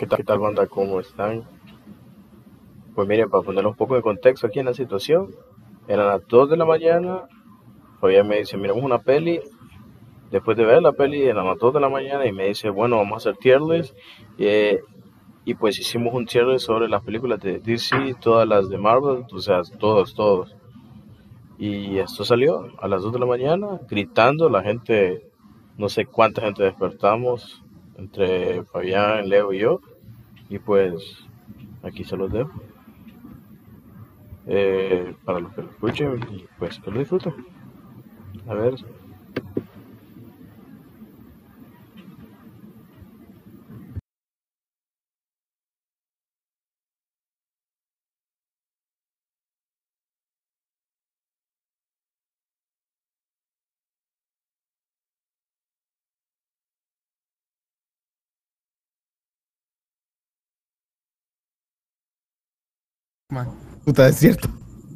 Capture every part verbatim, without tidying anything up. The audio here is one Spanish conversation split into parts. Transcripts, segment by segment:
¿Qué tal, qué tal banda? ¿Cómo están? Pues miren, para poner un poco de contexto aquí en la situación, eran las dos de la mañana, Fabián me dice, miramos una peli, después de ver la peli eran las dos de la mañana y me dice, bueno, vamos a hacer tier list, eh, y pues hicimos un tier list sobre las películas de D C, todas las de Marvel, o sea, todos, todos. Y esto salió a las dos de la mañana, gritando, la gente, no sé cuánta gente despertamos, entre Fabián, Leo y yo, y pues aquí se los dejo. Eh, para los que lo escuchen y pues que lo disfruten. A ver. Puta, es cierto.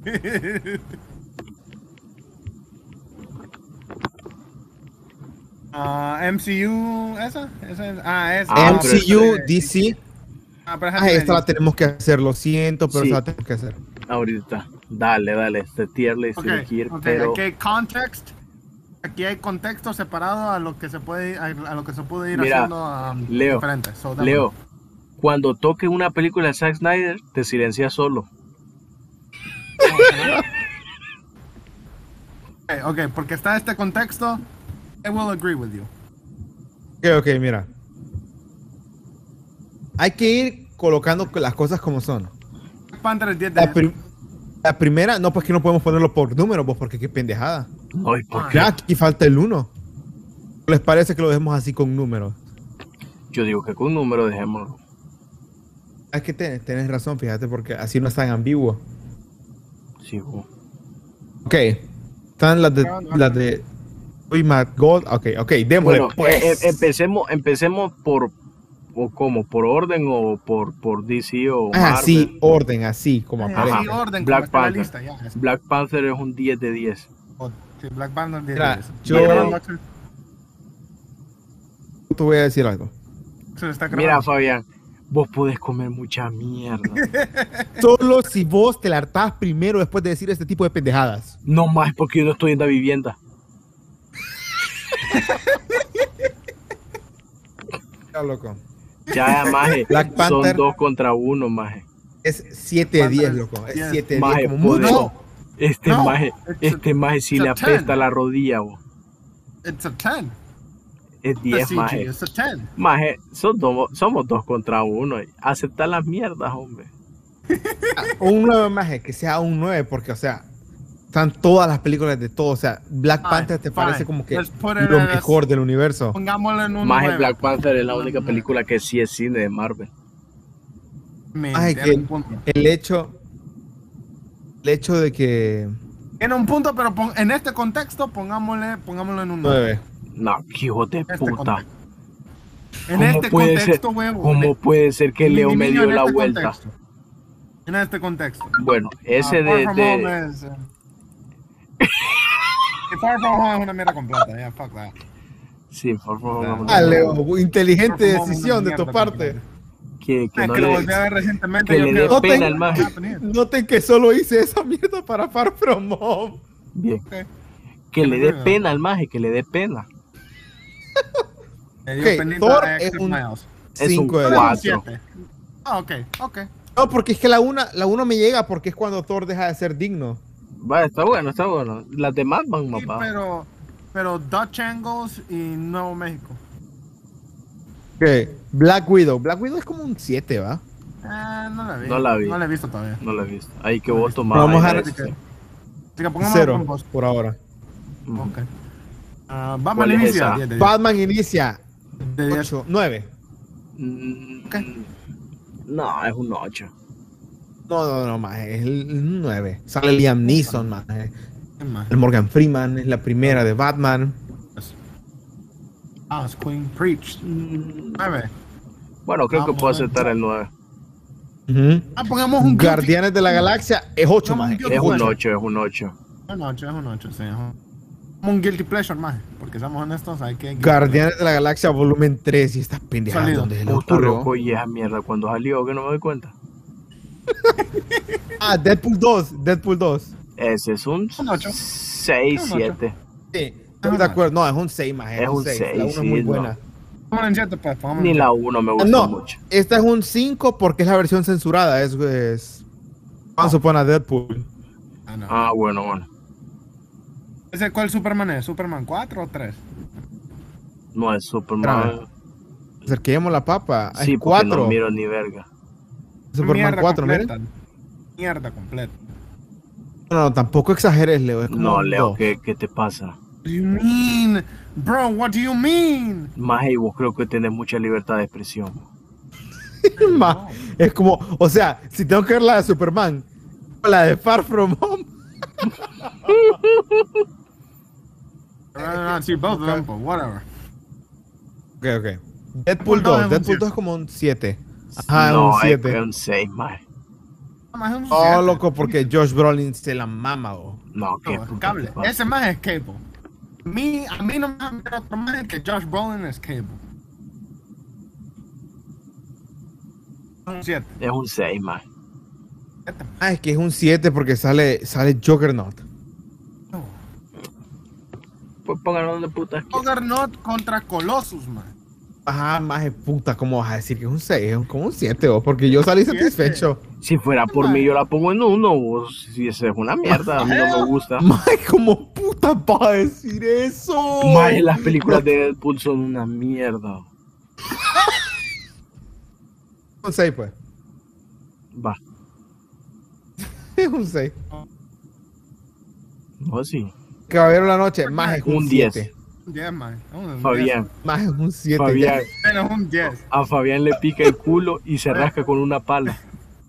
uh, M C U, ¿esa? ¿Esa es? Ah, es Ah, M C U, pero- D C. Ah, pero Ah, esta la tenemos que hacer, lo siento, pero Sí. esta la tenemos que hacer. Ahorita, dale, dale, este tier list Okay, tiene que ir, okay, pero aquí hay context. Aquí hay contexto separado a lo que se puede a, a lo que se puede ir Mira, haciendo um, Leo, diferente. So, dámelo. Leo, cuando toque una película de Zack Snyder, te silencias solo. Okay, okay, porque está este contexto, I will agree with you. Ok, ok, mira. Hay que ir colocando las cosas como son. Black Panther es diez de La, diez. prim- la primera, no, pues que no podemos ponerlo por número, pues porque qué pendejada. Ay, ¿por qué? Ya, aquí falta el uno. ¿Les parece que lo dejemos así con números? Yo digo que con un número dejémoslo. Es que tenés, tenés razón, fíjate, porque así no es tan ambiguo. Sí, jo. Ok. Están las de las de Uy, Matt Gold. Ok, ok, démosle Bueno, pues. eh, eh, empecemos, empecemos por, o como, por orden o por, por D C o Ah, Marvel. así, orden, así, como Ay, aparece. así orden, Black como está la Panther. lista, ya. es- Black Panther es un diez de diez. oh, sí, Black Panther diez Mira, de diez. yo- ¿Está grabando, Axel? Te voy a decir algo. Axel, está Mira, grabando. Fabián, vos podés comer mucha mierda. Solo si vos te la hartás primero después de decir este tipo de pendejadas. No más porque yo no estoy en la vivienda. Ya, loco. Ya, maje, Black son Panther. dos contra uno, maje. Es siete de diez, loco. Es Yes. siete de Maje, diez, como podés- mucho. Este No, maje, it's a- este maje si it's le a apesta ten. la rodilla, vos. It's a ten. Es The diez, C G, maje. it's a ten. Maje, son do- somos dos contra uno. Aceptar las mierdas, hombre. Un nueve más, que sea un nueve, porque, o sea, están todas las películas de todo. O sea, Black Fine, Panther te fine. parece como que Let's put it lo as- mejor del universo. Pongámoslo en un Maje, nueve. Black Panther es la Un única nueve. película que sí es cine de Marvel. Me Ay, tiene que un punto. el hecho, el hecho de que Tiene un punto, pero pon- en este contexto pongámosle, pongámoslo en un nueve. nueve. No, qué hijo de Este puta. contexto. En ¿Cómo este puede contexto, ser, huevo. ¿Cómo puede ser que Mi Leo me niño, dio en la este vuelta? contexto. En este contexto. Bueno, ese Ah, de, Far From de- Home es, eh, y Far From Home es una mierda completa. Yeah, fuck that. Sí, por favor. Ah, no, Ah, no, Leo, inteligente Far From Home es decisión una de tu mierda parte. completa. Que, que Es no que lo le- volví a ver recientemente. que yo le creo- dé No pena te- al maje. Noten que solo hice esa mierda para Far From Home. Bien. Ok. Que le dé Bueno. pena al maje, que le dé pena. Le dio Ok, penita Thor a es Active un Miles. Es un cinco de Thor es un cuatro. siete. Ah, ok, ok. No, porque es que la una, la uno me llega porque es cuando Thor deja de ser digno. Va, está bueno, está bueno. Las demás van más Sí, bajo. pero, pero Dutch Angles y Nuevo México. ¿Qué? Black Widow. Black Widow es como un siete, ¿va? Eh, no la vi. No la vi. No la he visto todavía. No lo he visto. Ahí que vos visto. tomás. Vamos a ahí, ver- Así que, sí. así que pongámoslo Cero con vos. por ahora. Ujú. Ok. Ah, Batman ¿Cuál es inicia. esa? diez de diez. Batman inicia De diez. ocho, nueve. Mm, Ok. No, es un ocho. No, no, no, más es el nueve. Sale Liam Neeson, más. ¿Qué más? El Morgan Freeman es la primera de Batman. Ah, es Queen Preach. nueve. Bueno, creo que Vamos puedo a ver. aceptar el nueve. Ujú. Ah, pongamos un Guardián. Guardianes de la Galaxia es ocho, No, más. un Es un Bueno. ocho, es un ocho. Es un ocho, es un ocho, sí. ajá. Como un guilty pleasure, más. Porque seamos honestos, hay que. Guardianes de la Galaxia volumen tres y estas pendejas Salido. donde se le Puto ocurrió. loco y esa mierda cuando salió que no me doy cuenta. Ah, Deadpool dos, Deadpool dos. Ese es un Un ocho. seis, Un ocho. siete. Sí, estoy de acuerdo. No, es un seis más. Es, Es un un seis. seis, La uno es sí, muy no. buena. Pongámoslo en siete, pues. pongámoslo Ni en la siete. uno me gustó No, mucho. esta es un cinco porque es la versión censurada. Es, es Once Upon a Deadpool. Ah, no. Ah, bueno, bueno. ¿Ese cuál Superman es? ¿Superman cuatro o tres? No es Superman. Espérame. Acerquemos la papa. Sí, es porque cuatro. no miro ni verga. Superman Mierda cuatro, completa. miren. Mierda completa. No, no, tampoco exageres, Leo. Es como No, un Leo, dos. ¿qué, ¿qué te pasa? What do you mean? Bro, what do you mean? Más y vos creo que tenés mucha libertad de expresión. Ma, es como, o sea, si tengo que ver la de Superman, la de Far From Home. Uh, sí, both of them, but whatever. Ok, ok. Deadpool Deadpool dos es dos. un Deadpool siete. dos es como un siete. Ajá, no, un es- siete. es un seis, más. Más es un Oh, siete. loco, porque Josh Brolin se la mama, oh. No, qué No, puta cable. te pasa. Ese más es Cable. Mi, a mí no me va a ver otro más que Josh Brolin es Cable. Un siete. Es un seis, más. Ah, es que es un siete porque sale, sale Juggernaut. Pues pónganlo donde putas quieran. Juggernaut contra Colossus, man. Ajá, más de puta, ¿cómo vas a decir que es un seis? Es como un siete, oh, porque yo salí Siete. satisfecho. Si fuera por mí, yo la pongo en uno. Vos, si esa es una mierda, a mí no me gusta. Más, ¿cómo puta vas a decir eso? Más las películas de Deadpool son una mierda. Un seis, pues. Va. Es un seis. No, sí. Caballero de la Noche, más es un Un diez. siete. Un diez, man. Un Fabián. Más es un siete. Fabián. diez. Menos un diez. A Fabián le pica el culo y se rasca con una pala.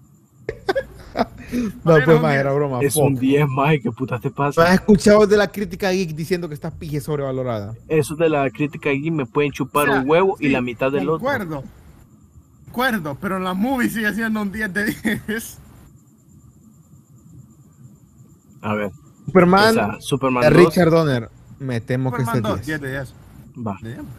No, Menos pues un más diez. era broma. Es fuck. un diez, más. ¿Qué putas te ¿No pasa? has escuchado de la crítica geek diciendo que esta pija es sobrevalorada? Eso de la crítica aquí me pueden chupar O sea, un huevo y sí, la mitad del otro. Concuerdo. Concuerdo, pero la movie sigue siendo un diez de diez. A ver. Superman, Esa, Superman de dos. Richard Donner. Me temo que Superman este dos, es diez diez. de diez. Va. De diez.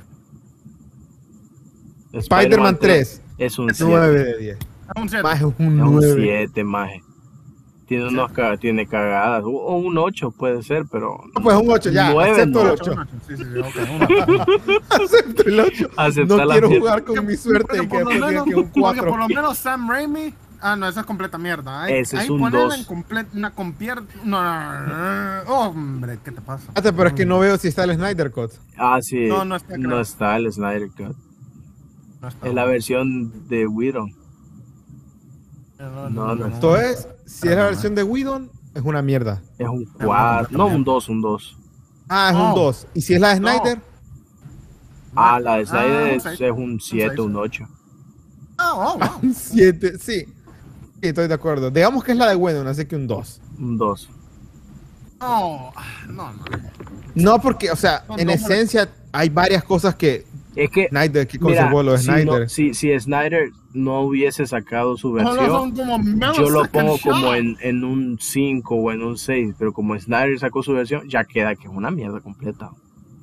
Spider-Man tres. Es un nueve siete. de diez. Un siete. Más es un Es un nueve. siete, maje. Tiene, unos, ca- tiene cagadas. O- O un ocho puede ser, pero. No, pues un ocho, ya. Nueve, acepto no. el Ocho, ocho. un ocho. Sí, sí, sí, ok, un ocho. Acepto el ocho. Acepta No la quiero mierda. jugar con mi suerte Porque y que por, lo después digan menos, que es un porque cuatro. por lo menos Sam Raimi. Ah, no, esa es completa mierda. Ahí, Ese es ahí un ponerla dos. en comple- una compier... No, no, no, no. Hombre, ¿qué te pasa? Espérate, pero es que no veo si está el Snyder Cut. Ah, sí. No, no está, creo. No está el Snyder Cut. No está Es la bueno. versión de Widow. No, no, no. Esto es, si es la versión de Whedon, es una mierda. Es un cuatro. No, un dos, un dos. Ah, es No. un dos. ¿Y si es la de No. Snyder? Ah, la de Ah, Snyder un es, seis. es un siete, seis. un ocho. Ah, oh, wow. Un siete, sí. Sí, estoy de acuerdo. Digamos que es la de Whedon, así que un dos. Un dos. No, no, no. No, porque, o sea, Son en dos esencia hay varias cosas que Es que. Snyder, que Mira, conservó lo de si, Snyder. no- si, si Snyder no hubiese sacado su Solo versión, son como menos yo lo second pongo como shot. en, en un cinco o en un seis, pero como Snyder sacó su versión, ya queda que es una mierda completa.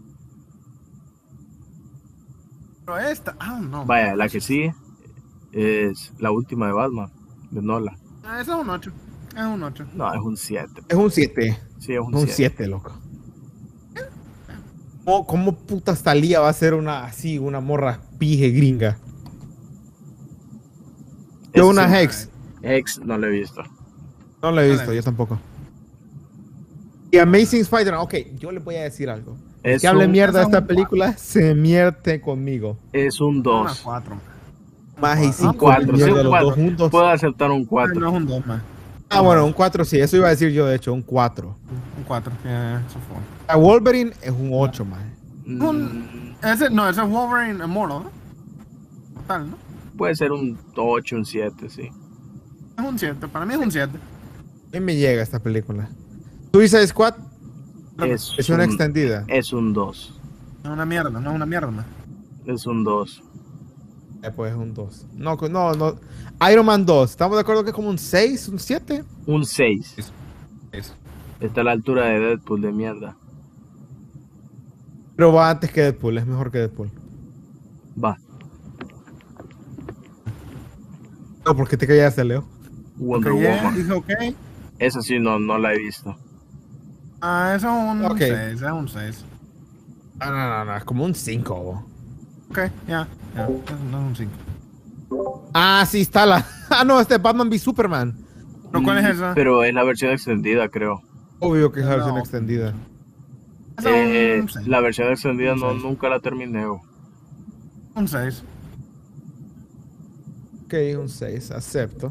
Pero esta, ah, no. Vaya, la que sigue es la última de Batman, de Nolan. Ah, ese es un ocho. Es un ocho. No, es un siete. Es un siete. Sí, es un Un siete. siete, loco. ¿Cómo, cómo puta Thalía va a ser una así, una morra pije gringa? Yo Es una un- Hex. Hex no lo he visto. No la he No la visto, he yo tampoco. Y Amazing Spider-Man, ok, yo le voy a decir algo. El Es que hable un- mierda de es un esta película se mierte conmigo. Es un Una dos. cuatro. Más y Un cinco cuatro, sí, mierda un los cuatro. dos juntos. Puedo aceptar un No cuatro. es un dos más. Ah, bueno, un cuatro sí, eso iba a decir yo de hecho, un cuatro. Un cuatro. Yeah, eso fue. A Wolverine es un ocho, más. Un- Ese, no, ese es Wolverine Immortal, ¿no? Total, ¿no? Puede ser un ocho, un siete, sí. Es un siete. Para mí es un siete. A mí me llega esta película. Suicide Squad Es, es una un, extendida. es un dos. No es una mierda, no es una mierda. man. Es un dos. Eh, pues es un dos. No, no, no. Iron Man dos, ¿estamos de acuerdo que es como un seis, un siete? Un seis. Eso. Está a la altura de Deadpool de mierda. Pero va antes que Deadpool, es mejor que Deadpool. Va. No, ¿por qué te callaste, Leo? Wonder Ok, yeah, Woman. dije ok. Esa sí no, no la he visto. Ah, eso es un Ok. seis, es un seis. Ah, no, no, no, es como un cinco. Ok, ya, ya, no es un cinco. Ah, sí, está la... Ah, no, este es Batman v Superman. ¿Pero cuál es esa? Pero es la versión extendida, creo. Obvio que es la No. versión extendida. Esa es Eh, un seis. la versión extendida Un no, seis. nunca la terminé. bo. Un seis. Ok, un seis, acepto.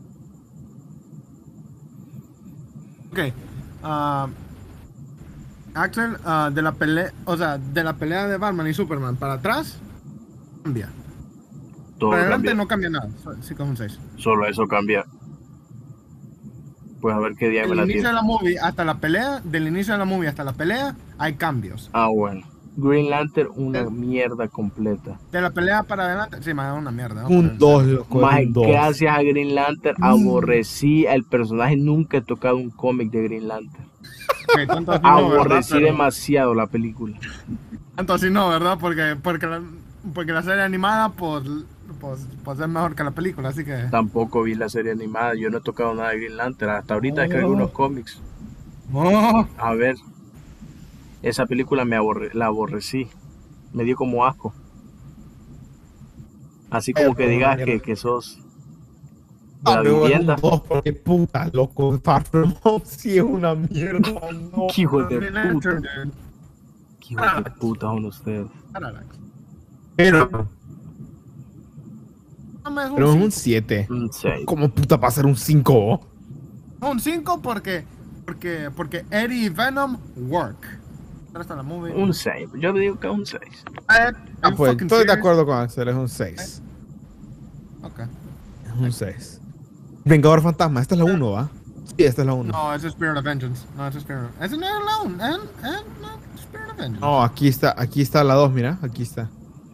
Ok. ah, Axel, ah, de la pelea, o sea, de la pelea de Batman y Superman para atrás, cambia. Todo Para adelante cambia. no cambia nada. so- Sí que es un seis. Solo eso cambia. Pues a ver qué día me Del la inicio de tiene. la movie hasta la pelea, del inicio de la movie hasta la pelea, hay cambios. Ah, bueno. Green Lantern, una Eh. mierda completa. De la pelea para adelante, sí, más es una mierda. ¿no? Un dos, loco, Más es un dos. gracias a Green Lantern aborrecí al personaje. Nunca he tocado un cómic de Green Lantern. Ok, tanto así no, ¿verdad? Aborrecí Pero- demasiado la película. Tanto así no, ¿verdad? Porque, porque, la, porque la serie animada, pues, pues, pues es mejor que la película, así que... Tampoco vi la serie animada. Yo no he tocado nada de Green Lantern. Hasta ahorita descargué Oh. unos cómics. Oh, A ver. Esa película me aborre- la aborrecí. Me dio como asco. Así como que Eh, digas mierda. que, que sos de Ah, la pero es un vivienda. dos, porque puta, loco. Far From Home sí es una mierda, no. Qué hijos de Green puta. Lantern, dude. Qué hijos de puta son ustedes. Parallax. Pero, No, es un pero es un cinco. siete. Un seis. ¿Cómo puta va a ser un cinco? Un cinco porque, porque, porque Eddie y Venom work. Ahora está la movie. Un seis. Yo digo que un seis. Eh, Ah, you pues fucking estoy de serious? acuerdo con Axel, es un seis. Ok. Es un seis. Vengador Fantasma, esta es la uno, ¿va? Sí, esta es la uno. No, es Spirit of Vengeance. No, es Spirit of... Es un Alone. And, and, no, Spirit of Vengeance. No, aquí está, aquí está la dos, mira, aquí está.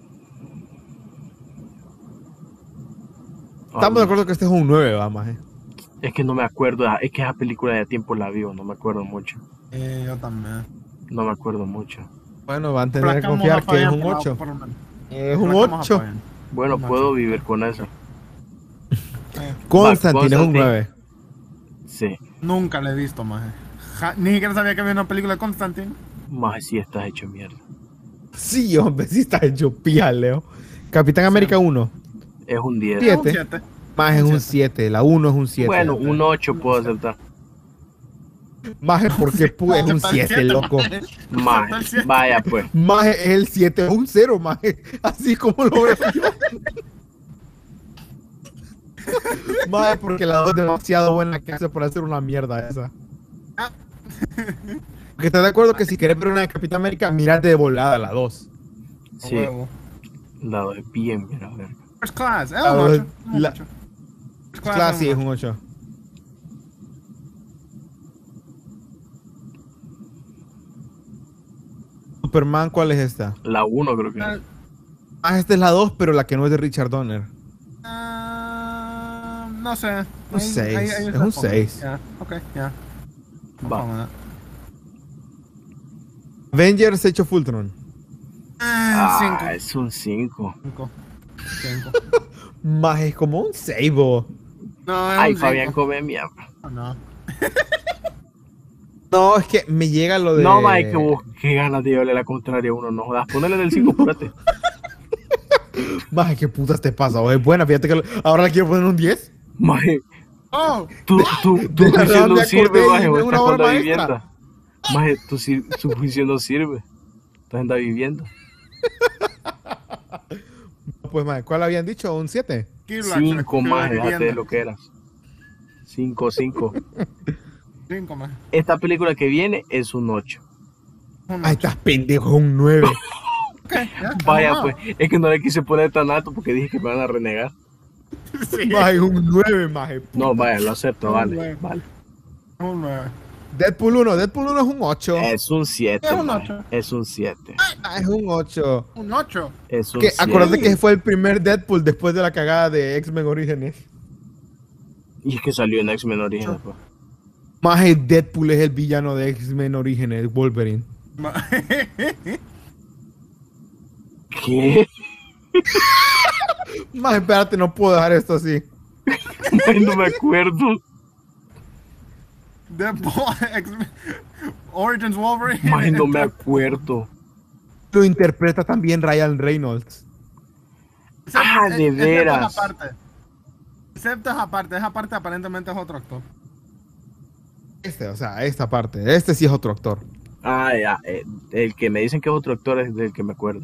Estamos de acuerdo que este es un nueve, va, maje. Es que no me acuerdo. Es que esa película de tiempo la vivo. No me acuerdo mucho. Eh, yo también. No me acuerdo mucho. Bueno, van a tener que Placamos confiar a que es Fabián un por la- ocho. por lo menos. Es un Placamos a ocho. Fabián. Bueno, Macho. puedo vivir con eso. Eh, Constantine es un Constantine. nueve. Sí. nunca la he visto, maje. Ja- ni siquiera sabía que había una película de Constantine. Más si estás hecho mierda. Sí, hombre, sí está hecho pija, Leo. Capitán América uno. Es un diez. Siete. Es un siete. Más es Un un siete. La uno es un siete. Bueno, un ocho puedo aceptar. Más es porque pu- es un Acepta el siete, siete, loco. maje. Acepta el Más. siete. Vaya pues. Más es el siete, es un cero, más. Así como lo veo yo. Más porque la dos es demasiado buena que hace para hacer una mierda esa. Ah. Porque estás de acuerdo que si querés ver una de Capitán América, mirate de volada la dos. Sí. Huevo. La doy bien, mira, a ver. First Class. Es La- un ocho. un la- ocho. First Class Claro, es sí, un es un ocho. Superman, ¿cuál es esta? La uno creo que. Ah, Ah, esta es la dos, pero la que no es de Richard Donner. ah, no sé. Un Ahí- seis, ahí- ahí es está un poco. seis. Ya, ok, ya. Va. Avengers Age of Ultron. Ah, cinco. Ah, es un cinco. Cinco. Cinco. Más es como un seis, bo. No, es Ay, un Fabián cinco. come mierda. No. No, es que me llega lo de. No, más que vos, qué ganas de llevarle la contraria a uno. No jodas. Ponele del cinco, apúrate. Más, ¿qué putas te pasa? O es buena, fíjate que lo- ahora la quiero poner un diez. Maje, Oh, tu, tu, tu de la juicio no me sirve, acordé y maje. es Vos una estás con obra la maestra. vivienda. Maje, tu, si- tu juicio no sirve. Estás en la vivienda. Pues, más, ¿cuál habían dicho? ¿Un siete? Cinco más, déjate de lo que eras. Cinco, cinco. Cinco más. Esta película que viene es un ocho. Un Ahí ocho. estás pendejo, un nueve. Ok, ya, Vaya, no, pues, es que no le quise poner tan alto porque dije que me van a renegar. Sí. Más un nueve, más. No, vaya, lo acepto, Un vale. nueve. Vale. Un nueve. Deadpool uno, Deadpool uno es un ocho. Es un siete. Es un maje. ocho. Es un siete. Ah, es un ocho. Un ocho. Es un Que, siete. acuérdate que fue el primer Deadpool después de la cagada de X-Men Orígenes. Y es que salió en X-Men Orígenes, pues. Más el Deadpool es el villano de X-Men Orígenes, Wolverine. Ma- ¿Qué? Más, espérate, no puedo dejar esto así. Ay, no me acuerdo. Deadpool, X-Men, Origins Wolverine. Ay, no me acuerdo. Lo interpreta también Ryan Reynolds. Excepto- Ah, de excepto veras. esa parte. Excepto esa parte, esa parte aparentemente es otro actor. Este, o sea, esta parte. Este sí es otro actor. Ah, ya. eh, el que me dicen que es otro actor es del que me acuerdo.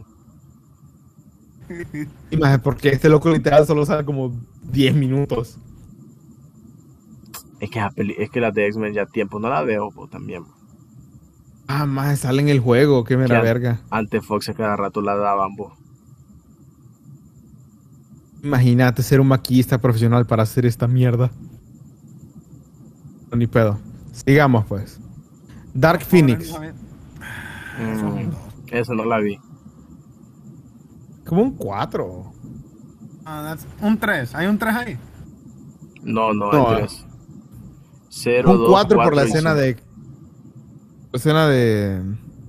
Y más, porque este loco literal solo sale como diez minutos. Es que, esa peli- es que las de X-Men ya tiempo no la veo po, también. Ah, más, sale en el juego. Qué mera Ya. verga. Antes Fox a cada rato la daban, vos. Imagínate ser un maquillista profesional para hacer esta mierda. Ni pedo. Sigamos, pues. Dark Phoenix. Mm, esa no la vi. Como un cuatro. Ah, that's- un tres, hay un tres ahí. No, no, No, hay tres. Cero, Un dos, cuatro por la y escena cinco. de. La escena de.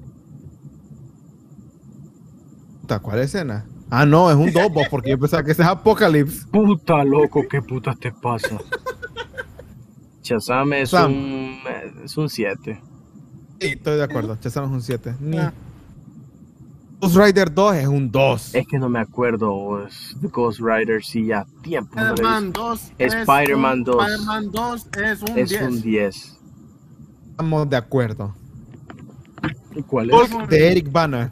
Puta, ¿cuál escena? Ah, no, es un dos, vos, porque yo pensaba que ese es Apocalypse. Puta loco, ¿qué puta te pasa? Shazam es Sam. un es un siete. Sí, estoy de acuerdo. Shazam es un siete. Ni. Ah. Ghost Rider dos es un dos. Es que no me acuerdo. Es The Ghost Rider, sí, ya tiempo. no la he Spider-Man visto. dos. Spider-Man es un- dos. Spider-Man dos es un Es diez. un diez. Estamos de acuerdo. ¿Y cuál Hulk es? de Eric Bana.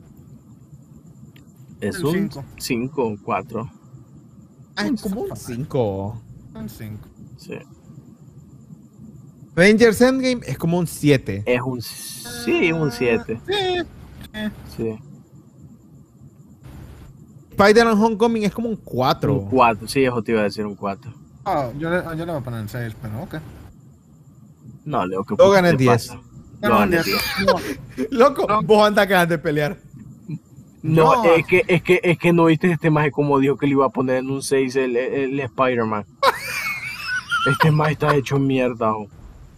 Es el un cinco. cinco o cuatro. Ay, como un cinco. Un cinco. Sí. Avengers Endgame es como un siete. Es un sí, un siete. Sí. Sí. Spider-Man Homecoming es como un cuatro. Un cuatro. Sí, eso te iba a decir un cuatro. Oh, yo, le, yo le voy a poner el seis, pero ok. No, Leo, ¿qué Logan puta es te diez. pasa? Pero Logan un es diez. diez. No, Loco, No. vos andas ganas de pelear. No, No. es que, es que, es que no viste este maje como dijo que le iba a poner en un seis el, el, el Spider-Man. Este maje está hecho mierda. oh.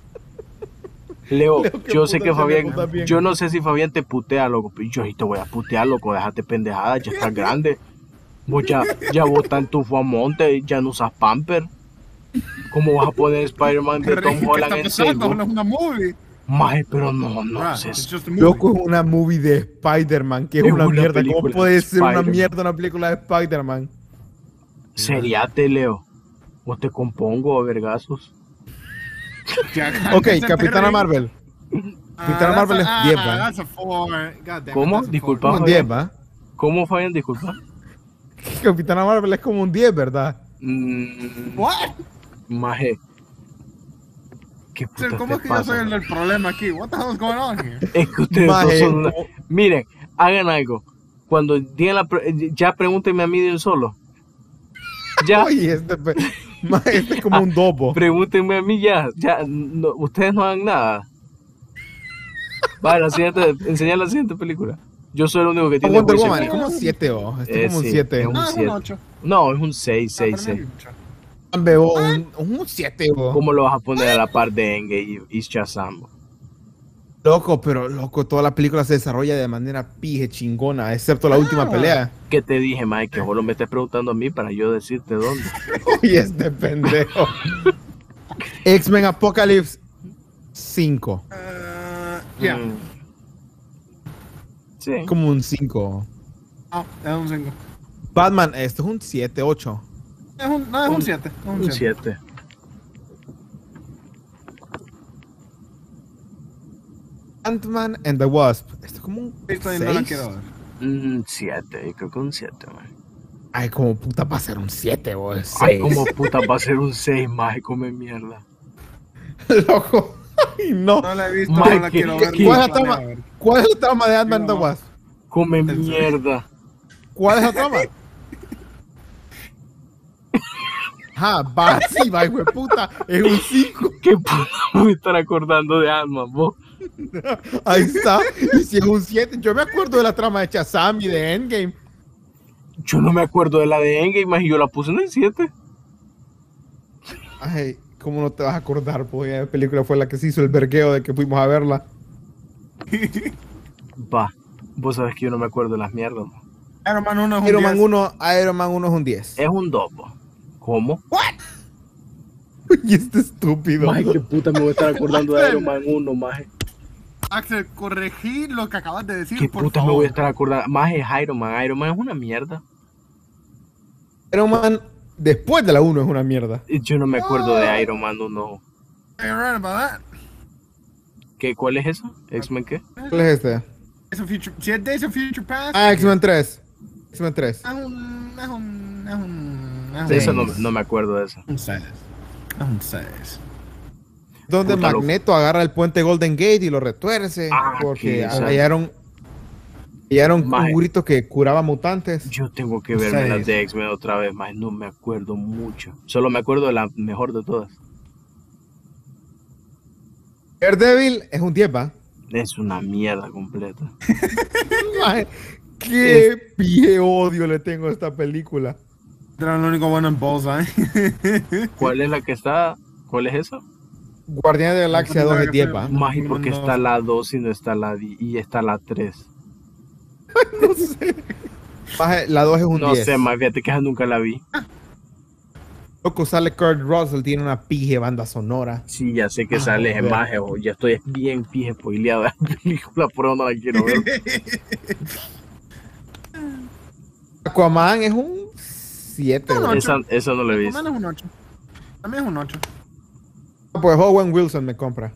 Leo, Leo, ¿qué yo sé puta que te Fabián, le putas bien? yo no sé si Fabián te putea, loco, pero yo sí te voy a putear, loco, déjate pendejada, ya estás grande. Vos ya, ya vos estás en tu monte, ya no usas pamper. ¿Cómo vas a poner Spider-Man de ¿qué Tom está Holland en seis? pasando? No es una movie. Maje, pero no, no, Bruh, sé. it's just a movie. Loco, es una movie de Spider-Man, que es, Es una, una mierda. ¿Cómo película puede de ser una Spider-Man. mierda una película de Spider-Man? Seriate, Leo. Vos te compongo, vergazos. Ya, Ok, cállate, Capitana Terry. Marvel. Ah, Capitana that's Marvel a- es diez, ah, ¿va? that's a four. God damn it, ¿Cómo? that's a Disculpa. Como un Fabián. diez, ¿va? ¿Cómo, Fabián? Disculpa. Capitana Marvel es como un diez, ¿verdad? Mm, four. What? maje. ¿Qué Sir, puta ¿Cómo es te que yo soy pasa? el del problema aquí? What the hell is going on here? Es que ustedes Maje, dos son una- como- Miren, hagan algo. Cuando digan la... pre- Ya pregúntenme a mí de un solo. Ya. Oye, este, pe- ma, este es como un dopo. Pregúntenme a mí ya. Ya. no- ustedes no hagan nada. Vale, la siguiente... Enseñar la siguiente película. Yo soy el único que tiene Wonder juicio Woman es crítico. como un siete, oh. Este Eh, es como un sí, siete. es un No, es un siete. ocho. No, es un seis, seis, Ah, pero seis. no es ocho. Bebo, un, un siete, oh. ¿Cómo lo vas a poner a la par de Enge y, y Shazam? Loco, pero loco, toda la película se desarrolla de manera pije chingona, excepto la última Ah. pelea. ¿Qué te dije, Mike? Que solo me estés preguntando a mí para yo decirte dónde. Oye, este pendejo. X-Men Apocalypse cinco. Eh, yeah. Mm. Sí. Como un cinco. No, es un cinco. Batman, esto es un siete, ocho. Es un, no, es un siete. Es un Un siete. siete. Ant-Man and the Wasp. Esto es como un Esto no la seis. quiero ver. Un siete, yo creo que un siete, man. Ay, como puta va a ser un siete, o Ay, seis. como puta va a ser un seis, más come mierda. Loco. Ay, no. No la he visto, Mike, no la quiero ¿qué- ver. qué- no ¿Cuál la es la planeo trama? ver. ¿Cuál es la trama de Ant-Man and the No. Wasp? Come El- mierda. ¿Cuál es la trama? Ah, va, sí, va, hijo de puta. Es un cinco. ¿Qué puta me voy a estar acordando de Ant-Man, vos? Ahí está. Y si es un siete, yo me acuerdo de la trama de Shazam y de Endgame. Yo no me acuerdo de la de Endgame, más y yo la puse en el siete. Ay, ¿cómo no te vas a acordar? Pues la película fue la que se hizo el vergueo de que fuimos a verla. Va, vos sabés que yo no me acuerdo de las mierdas, mo. Iron Man uno es un Iron Man diez. uno, Iron Man uno es un diez. Es un dos, po. ¿Cómo? Y este estúpido. Maje, qué puta me voy a estar acordando de Iron Man uno, maje. Axel, corregí lo que acabas de decir, Qué por puta me favor. voy a estar acordando. Maje, es Iron Man. Iron Man es una mierda. Iron Man después de la uno es una mierda. Y Yo no me acuerdo de Iron Man uno. You're right about that. ¿Qué, ¿Cuál es eso? ¿X-Men qué? ¿Cuál es este? Es un future, si es Days of Future Past, Ah, X-Men tres. X-Men tres. es un, es un, es un, es un, De eso no, no me acuerdo de eso. un seis. Es un seis. Donde Puta, lo- Magneto agarra el puente Golden Gate y lo retuerce. Ah, porque qué esa- hallaron, hallaron Maje. un burrito que curaba mutantes. Yo tengo que verme Seis. las de X-Men otra vez, más no me acuerdo mucho. Solo me acuerdo de la mejor de todas. Daredevil es un diez, ¿va? Es una mierda completa. Maje, qué pie odio le tengo a esta película. Era lo único bueno en Bullseye. ¿Cuál es la que está? ¿Cuál es esa? Guardianes de la Galaxia dos es diez, ¿va? Más y porque está la dos y no está la di- y está la tres. No sé. Maje, la dos es un No diez. sé, más fíjate que esa nunca la vi. Loco, sale Kurt Russell, tiene una pije banda sonora. Sí, ya sé que Ah, sale en bueno. maje, o ya estoy bien pije spoileado de la película, por eso no la quiero ver. Aquaman es un siete, No, no, güey. Esa, esa no la he visto. También es un ocho. También es un ocho. Pues Owen Wilson me compra.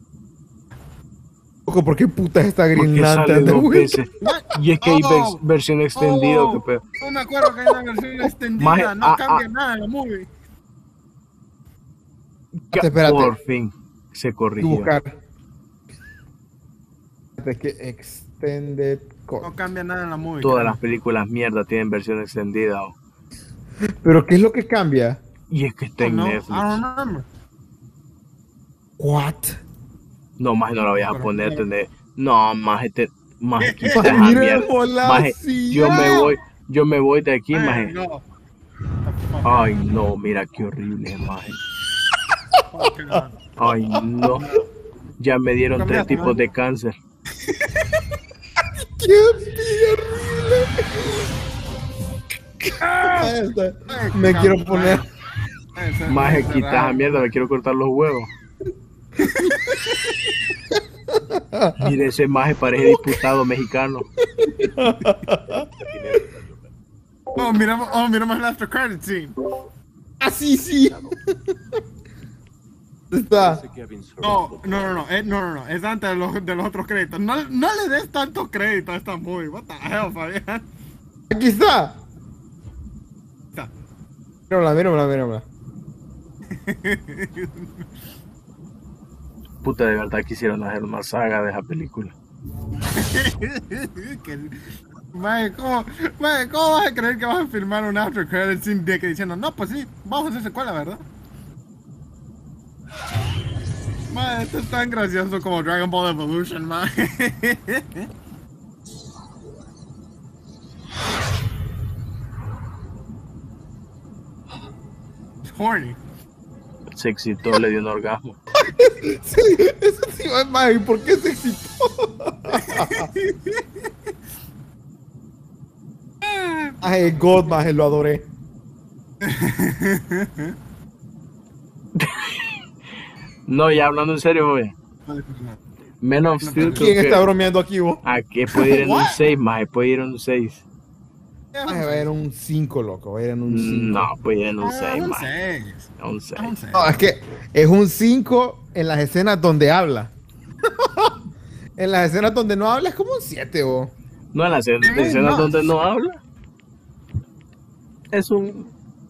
Loco, ¿por qué puta está Porque Green sale Lantern? dos güey? veces. Y es que hay Oh, vers- versión extendida, Oh, que pedo. no me acuerdo que hay una versión extendida. Maje, no ah, cambia ah. nada en la movie. Que espérate. Por fin se Y corrigió. buscar. Es que Extended Cut. No cambia nada en la movie. Todas creo. las películas mierda tienen versión extendida. oh. Pero ¿qué es lo que cambia? Y es que está en No, I Netflix. don't remember. What? No, más no la vayas a Pero- poner. Tener... No, más este. Más quita Maje, esa mira mierda. la Maje, silla. yo me voy, yo me voy de aquí, Ay, maje. no. Ay, no, mira qué horrible, maje. Fuck, no. Ay, no. Ya me dieron tres Cambiaste, tipos ¿no? de cáncer. ¡Qué pije horrible! Ay, Me quiero cabrón. poner. Ay, se- Maje, se- quita esa mierda, me quiero cortar los huevos. Mire, ese maje parece diputado mexicano. Oh, miramos, oh, miramos el after credit scene. ¡Ah, sí, sí! Está. No, no, no, no, eh, no, no, no, es antes de los, de los otros créditos. No, no le des tanto crédito a esta movie. What the hell, Fabián? Aquí está. Está. Míramela, míramela, míramela. Puta, de verdad quisieron hacer una saga de esa película. Que- Mae, ¿cómo, mae, ¿cómo vas a creer que vas a filmar un after credit scene de que diciendo, no, pues sí, vamos a hacer secuela, ¿verdad? Mae, esto es tan gracioso como Dragon Ball Evolution, mae. Es horny. Se excitó, le dio un orgasmo. Sí, eso sí, maje, ¿por qué se excitó? Ay, God, maje, lo adoré. No, ya hablando en serio, joven. Men of Steel creo ¿Quién que... está bromeando aquí, vos? ¿A qué puede ir en un What? seis, maje? Puede ir en un seis. Maje, va a ir en un cinco, loco, va a ir en un cinco. No, puede ir en un Ah, seis, un maje. seis. A un seis. Un seis. No, es que es un cinco en las escenas donde habla. En las escenas donde no habla es como un siete, vos. No, en las escenas Sí, escenas no. donde no habla. Es un...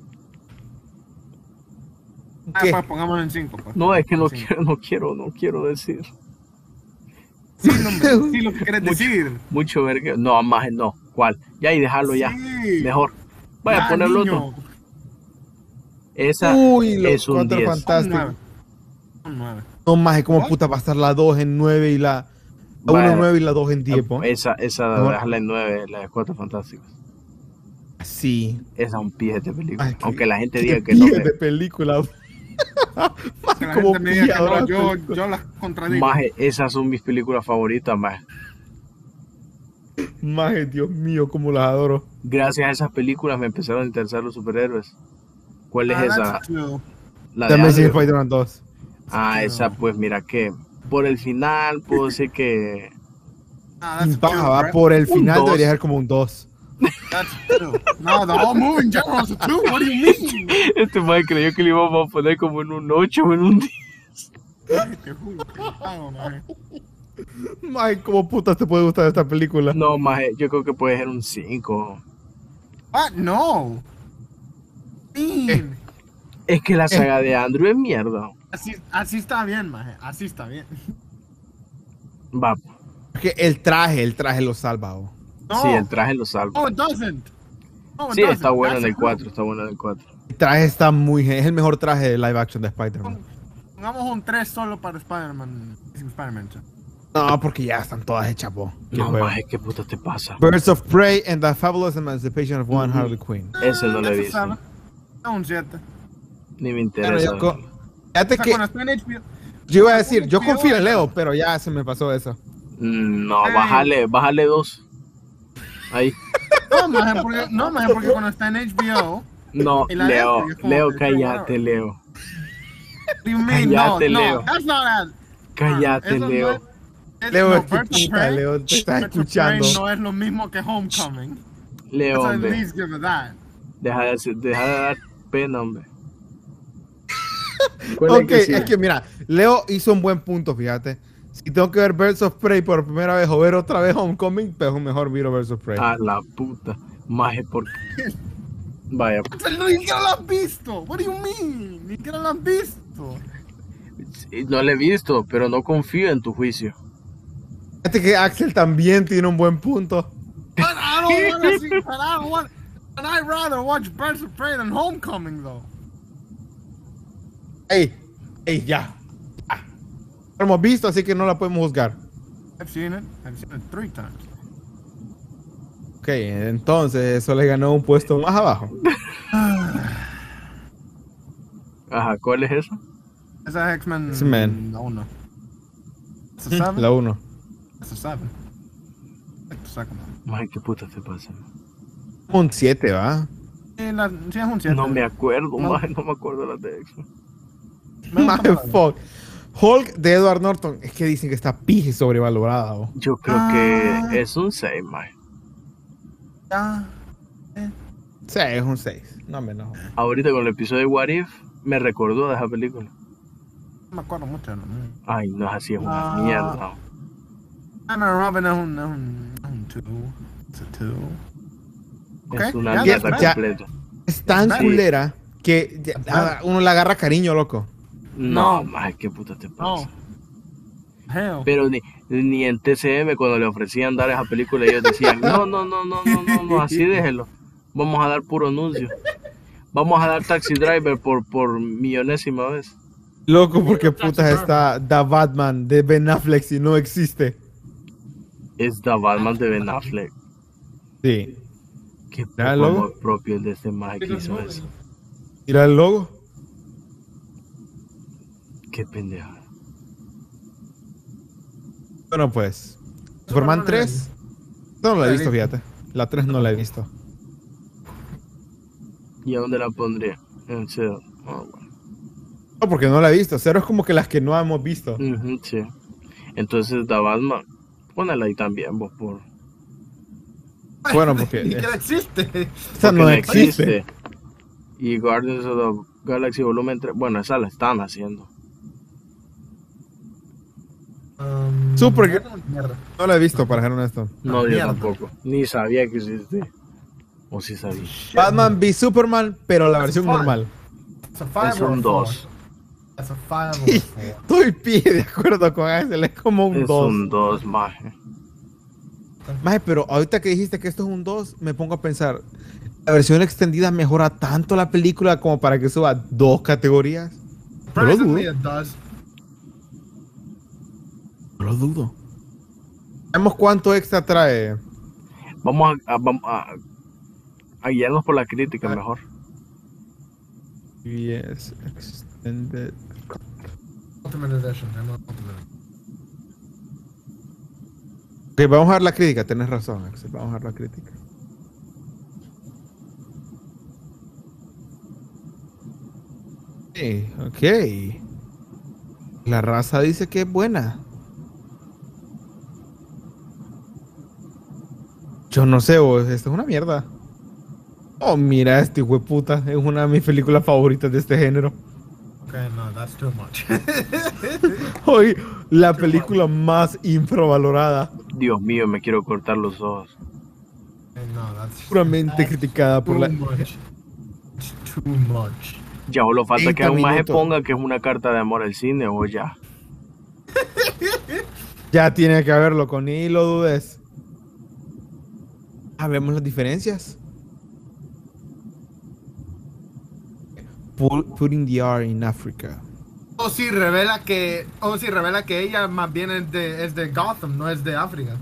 Ah, ¿Qué? pues pongámoslo en cinco, pues. No, es que no Sí. quiero, no quiero, no quiero decir. Sí, no, hombre, sí, lo que quieres decir. Mucho verga. No, maje, no. ¿Cuál? Ya, y dejarlo ya. Sí. Mejor. Vaya Ya, a ponerlo niño. otro. Esa Uy, los es un cuatro diez. Un fantásticos. nueve. Un nueve. No, maje, ¿cómo ¿What? puta va a estar la dos en nueve y la... La Vaya. uno en nueve y la dos en diez, po? Esa, esa No. dejarla en nueve, la de Cuatro Fantásticos. Sí. Esa es un pie de película. Ay, qué- Aunque la gente Qué diga que no. pie me- de película. Que la Como gente me diga que no, pilladora, yo, película. yo las contradigo. Maje, esas son mis películas favoritas, maje. Maje, Dios mío, cómo las adoro. Gracias a esas películas me empezaron a interesar los superhéroes. ¿Cuál es Ah, esa? that's true. La de También sí, Andrew. Spider-Man dos. Ah, esa pues mira que por el final puedo decir que Ah, that's Baja, true, va bro. por el Un final, dos. debería ser como un dos. That's true. No, the whole movie in general is a two. What do you mean? este man creyó que le íbamos a poner como en un ocho o en un diez. I don't know. Maje, ¿cómo putas te puede gustar esta película? No, más yo creo que puede ser un cinco. What? No. Mean. Es que la saga de Andrew es mierda. Así, así está bien, maje. Así está bien. Va, Porque el traje, el traje lo salva. Oh. No. sí, el traje lo salva. No, it doesn't. No, it Sí, doesn't. está bueno en That's el a cuatro, está bueno en el cuatro. El traje está muy... gen- Es el mejor traje de live action de Spider-Man. Pongamos un tres solo para Spider-Man. Spider-Man. No, porque ya están todas hechas, po. Qué No, huevo. más ¿qué puta te pasa? Birds of Prey and the Fabulous Emancipation of One Ujú. Harley Quinn. Ese no lo he That's a visto. seven. Es un siete. Ni me Bueno, interesa. yo, co- fíjate O sea, que cuando está en H B O. yo iba a decir, yo confío en Leo, pero ya se me pasó eso. Mm, No, Ey. bájale, bájale dos. Ahí. No, maje, porque, no, maje, porque cuando está en H B O. No, Y la Leo, neta, yo como Leo, que, cállate, wow. Leo. What do you mean? Cállate, no, Leo. no, that's not that. Cállate, Eso no Leo. es- es- Leo, no, es que Birds of puta, Prey- Leo, te estás Birds of Prey escuchando. no es lo mismo que Homecoming. Leo, Let's at hombre. least give it that. Deja de, hacer- deja de dar pena, hombre. ¿Cuál Ok, es que es que mira, Leo hizo un buen punto, fíjate. Si tengo que ver Birds of Prey por primera vez o ver otra vez Homecoming, pues es mejor ver Birds of Prey. A la puta. Maje, por Vaya, Pero ni siquiera lo has visto. What do you mean? Ni siquiera lo has visto. no lo he visto, pero no confío en tu juicio. Fíjate que Axel también tiene un buen punto. But I don't want to see. But I don't want. And I'd rather watch Birds of Prey than Homecoming, though. Ey, ey, ya. ya. Lo hemos visto, así que no la podemos juzgar. I've seen it. I've seen it three times. Ok, entonces eso le ganó un puesto más abajo. Ajá, ¿cuál es eso? Esa es X-Men. X-Men. No, no. It's a seven. La uno. It's a seven. It's a second one. Maje, ¿qué puta te pasa? Un siete, ¿va? Sí, la, sí es un siete. No me acuerdo, No. maje, no me acuerdo las de X-Men. Me gusta Maje, más. fuck. Hulk de Edward Norton. Es que dicen que está pije sobrevalorada. ¿o? Yo creo Ah. que es un seis, maje. Ya. Sí, es un seis. No menos. Ahorita con el episodio de What If, me recordó de esa película. No me acuerdo mucho. No. Ay, no es así, es una Ah. mierda. Batman Robin es un, es un, es un two. It's a two. Es Ok, una ya, mierda ya. completa. Es tan Sí. culera que ya- ah, uno le agarra cariño, loco. No, No. maje, ¿qué puta te No. pasa? Hell. Pero ni, ni en T C M cuando le ofrecían dar esa película ellos decían, no, no, no, no, no, no, no, así déjelo. Vamos a dar puro anuncio. Vamos a dar Taxi Driver por, por millonésima vez. Loco, porque putas está The Batman de Ben Affleck si no existe. Es The Batman de Ben Affleck. Sí. Qué poco ¿Ya el logo? amor propio el de este maje que hizo eso. Mira el logo. Qué pendeja. Bueno, pues. Superman tres. No la he visto, fíjate. La tres no la he visto. ¿Y a dónde la pondría? En cero. Ah, bueno. No, porque no la he visto. Cero es como que las que no hemos visto. Ujú, sí. Entonces The Batman, ponela ahí también vos por... Bueno, porque Ni siquiera existe. esta porque no existe. Y Guardians of the Galaxy Volumen tres, bueno, esa la están haciendo. Um, Super- mierda. No la he visto, para ser honesto. No, yo Mierda. tampoco. Ni sabía que existía. O si sabía. Batman v Superman, pero la versión fine. normal. It's a five Es or a un four. dos. It's a five or a four. Estoy pie de acuerdo con Axel. Es como un Es dos. un dos, maje. Maje, pero ahorita que dijiste que esto es un dos, me pongo a pensar. La versión extendida mejora tanto la película como para que suba dos categorías. No lo dudo. Surprisingly, it does. No lo dudo. Vemos cuánto extra trae. Vamos a, a, vamos a, a guiarnos por la crítica mejor. Yes, extended. Ultimate Edition. I'm not Ultimate. Ok, vamos a ver la crítica. Tenés razón, Axel. Vamos a ver la crítica. Sí, ok. La raza dice que es buena. Yo no sé, vos, esta es una mierda. Oh, mira, este hijo de puta. Es una de mis películas favoritas de este género. Okay, no, that's too much. Hoy, la película más infravalorada. Dios mío, me quiero cortar los ojos. Okay, no, that's Puramente that's criticada por too la... much. It's too much. Ya solo falta que treinta un maje minutos. ponga que es una carta de amor al cine o ya. Ya tiene que haberlo, con ni lo dudes. Hablemos las diferencias. Pu- Putting the R in Africa. O si revela que, o si revela que ella más bien es de, es de Gotham, no es de África.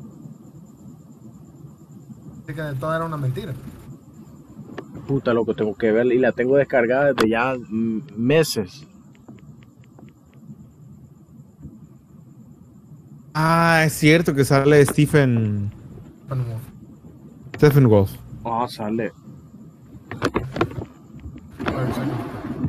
Así que todo era una mentira. Puta, loco, tengo que ver y la tengo descargada desde ya mm, meses. Ah, es cierto que sale Stephen... Bueno, Stephen Wolf. Ah, sale. a ver, saca.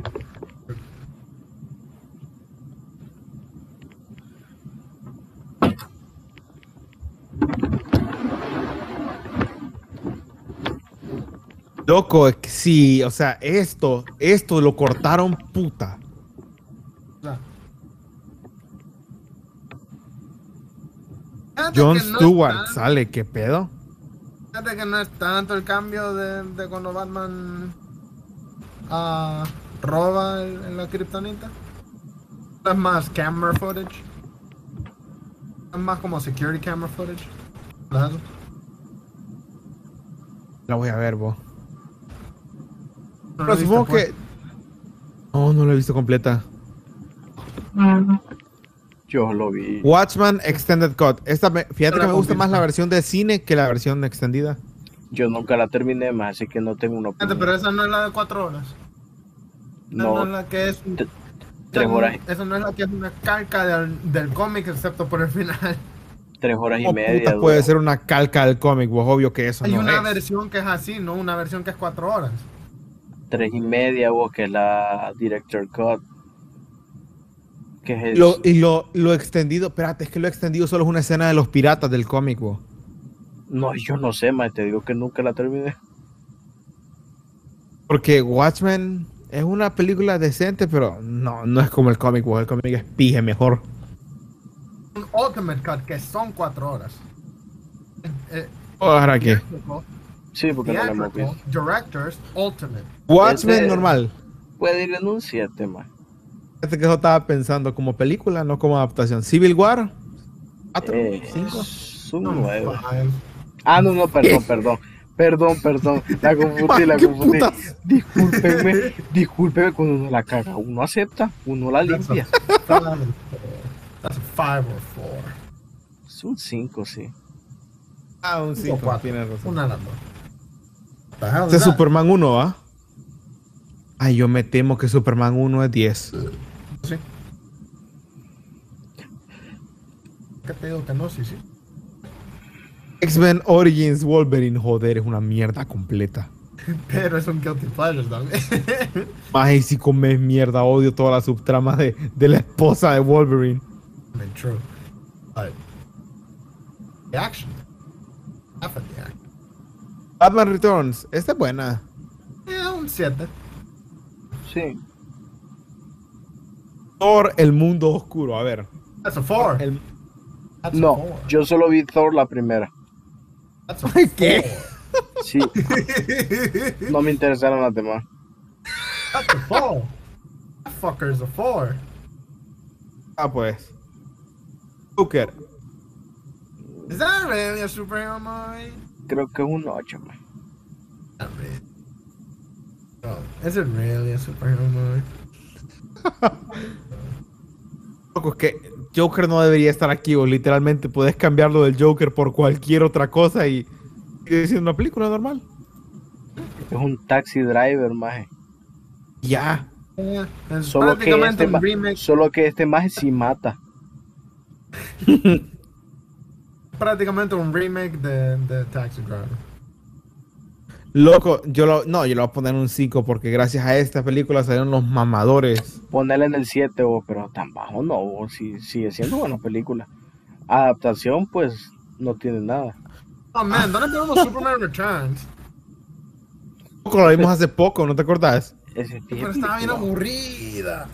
Loco, es que sí, o sea, esto, esto lo cortaron puta. O sea, fíjate John que no Stewart es tan- sale, ¿qué pedo? Fíjate que no es tanto el cambio de, de cuando Batman ah, roba el- en la kriptonita. Es más camera footage. Es más como security camera footage. ¿Lo haces? La voy a ver, vos. No lo Pero he visto, supongo pues. que... No, no la he visto completa. Yo lo vi. Watchmen Extended Cut. Esta me- fíjate No que la me gusta más confirmo. la versión de cine que la versión extendida. Yo nunca la terminé más, así que no tengo una Fíjate, opinión. pero esa no es la de cuatro horas. Esa no, No, es la que es. t- tres horas, Esa no es la que es una calca del, del cómic, excepto por el final. tres horas y ¿Cómo media. puta puede dura. ser una calca del cómic? Vos, obvio que eso Hay no una es. versión que es así, no una versión que es cuatro horas. Tres y media, vos, que es la Director Cut. Que es Lo- y lo, lo extendido, espérate, es que lo extendido solo es una escena de los piratas del cómic, vos. No, yo no sé, más te digo que nunca la terminé. Porque Watchmen es una película decente, pero no, no es como el cómic, vos. El cómic es pije mejor. Un Ultimate Cut que son cuatro horas. Eh, ¿Para qué? theatrical, Sí, porque no la hemos theatrical, visto. Directors, Ultimate. Watchmen Ese- normal. Puede ir en un siete, más. Este que yo estaba pensando como película, no como adaptación. Civil War. cuatro, Eh, cinco. es un nueve. Five. Ah, no, no, perdón, perdón. Perdón, perdón. La confundí, la ¿Qué confundí. putas? Discúlpeme, discúlpeme cuando uno la caga. Uno acepta, uno la That's a limpia. five or four. That's a five or four. Es un cinco, sí. Ah, un O cinco, cuatro. tienes razón. Una de las dos. The hell Este is es that? Superman uno, ¿ah? Ay, yo me temo que Superman uno es diez. Sí. ¿Qué te digo que no? Sí, sí. X-Men Origins Wolverine, joder, es una mierda completa. Pero es un guilty pleasure también. Ay, si comes mierda, odio toda la subtrama de, de la esposa de Wolverine. I mean, true. But the action. Half of the action. Batman Returns, esta es buena. Yeah, un siete. Sí. Thor, el mundo oscuro, a ver. That's a four. El- That's a No, four. yo solo vi Thor la primera. That's a ¿Qué? Sí, no me interesaron las demás. That's a four. That fucker's a four. Ah, pues. Joker. Is that really a superhero movie? Creo que es un ocho, man. Not really. Oh, is it really a superhero movie? Loco, es que Joker no debería estar aquí, o literalmente puedes cambiarlo del Joker por cualquier otra cosa y sigue siendo una película normal. Es un taxi driver, maje. Ya. Yeah, es Solo que, prácticamente este un ma- remake. solo que este maje sí mata. prácticamente un remake de, de Taxi Driver. Loco, yo lo, no, yo lo voy a poner un cinco porque gracias a esta película salieron los mamadores. Ponerle en el siete, oh, pero tan bajo no, oh, sí, sigue siendo buena película. Adaptación, pues, no tiene nada. Oh man, ¿dónde tenemos Superman Returns? Loco, lo vimos hace poco, ¿no te acordás? Ese Pero estaba bien aburrida.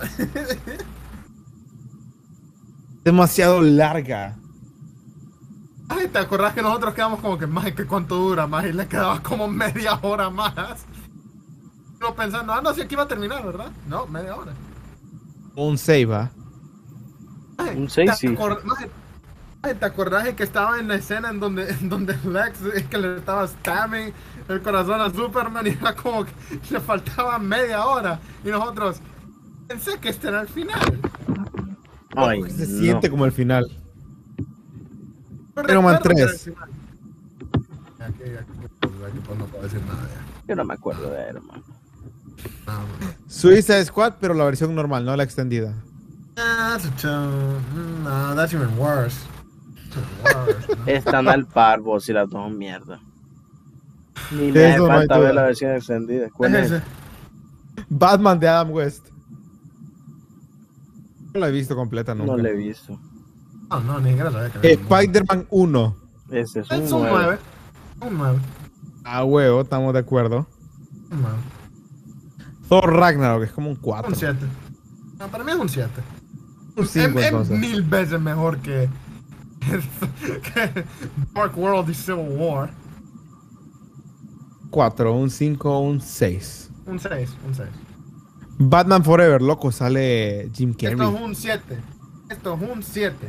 Demasiado larga. Ay, ¿te acordás que nosotros quedamos como que más que cuánto dura más y le quedaba como media hora más? No pensando, ah, no, si aquí va a terminar, ¿verdad? No, media hora. Un save, ¿ah? Ay, Un seis, ¿te sí. acor- maje, ay, ¿te acordás de que estaba en la escena en donde, en donde Lex es que le estaba stabbing el corazón a Superman y era como que le faltaba media hora? Y nosotros, pensé que este era el final. Ay, Se no. siente como el final. Yo Iron Man recuerdo que era el tres. final. Aquí, aquí, aquí, pues no puedo decir nada ya. Yo no me acuerdo de él, hermano. No, no. Suicide Squad, pero la versión normal, no la extendida. Ah, that's a two. No, that's even worse. That's even worse, ¿no? Están al par, vos, y las dos son mierda. Ni De me hace eso no hay falta duda. ver la versión extendida. ¿Cuál es? Ese. Batman de Adam West. No la he visto completa nunca. No la he visto. No, no, ni siquiera sabía que había un Spider-Man uno. Ese es mundo. un Es un nueve. nueve. Un nueve. A huevo, estamos de acuerdo. Un nueve. Thor Ragnarok es como un cuatro. Un siete. No, para mí es un siete. Un cinco es, es entonces. mil veces mejor que, que Dark World y Civil War. cuatro, un cinco, un seis. Un seis, un seis. Batman Forever, loco, sale Jim Carrey. Esto es un siete. Esto es un siete.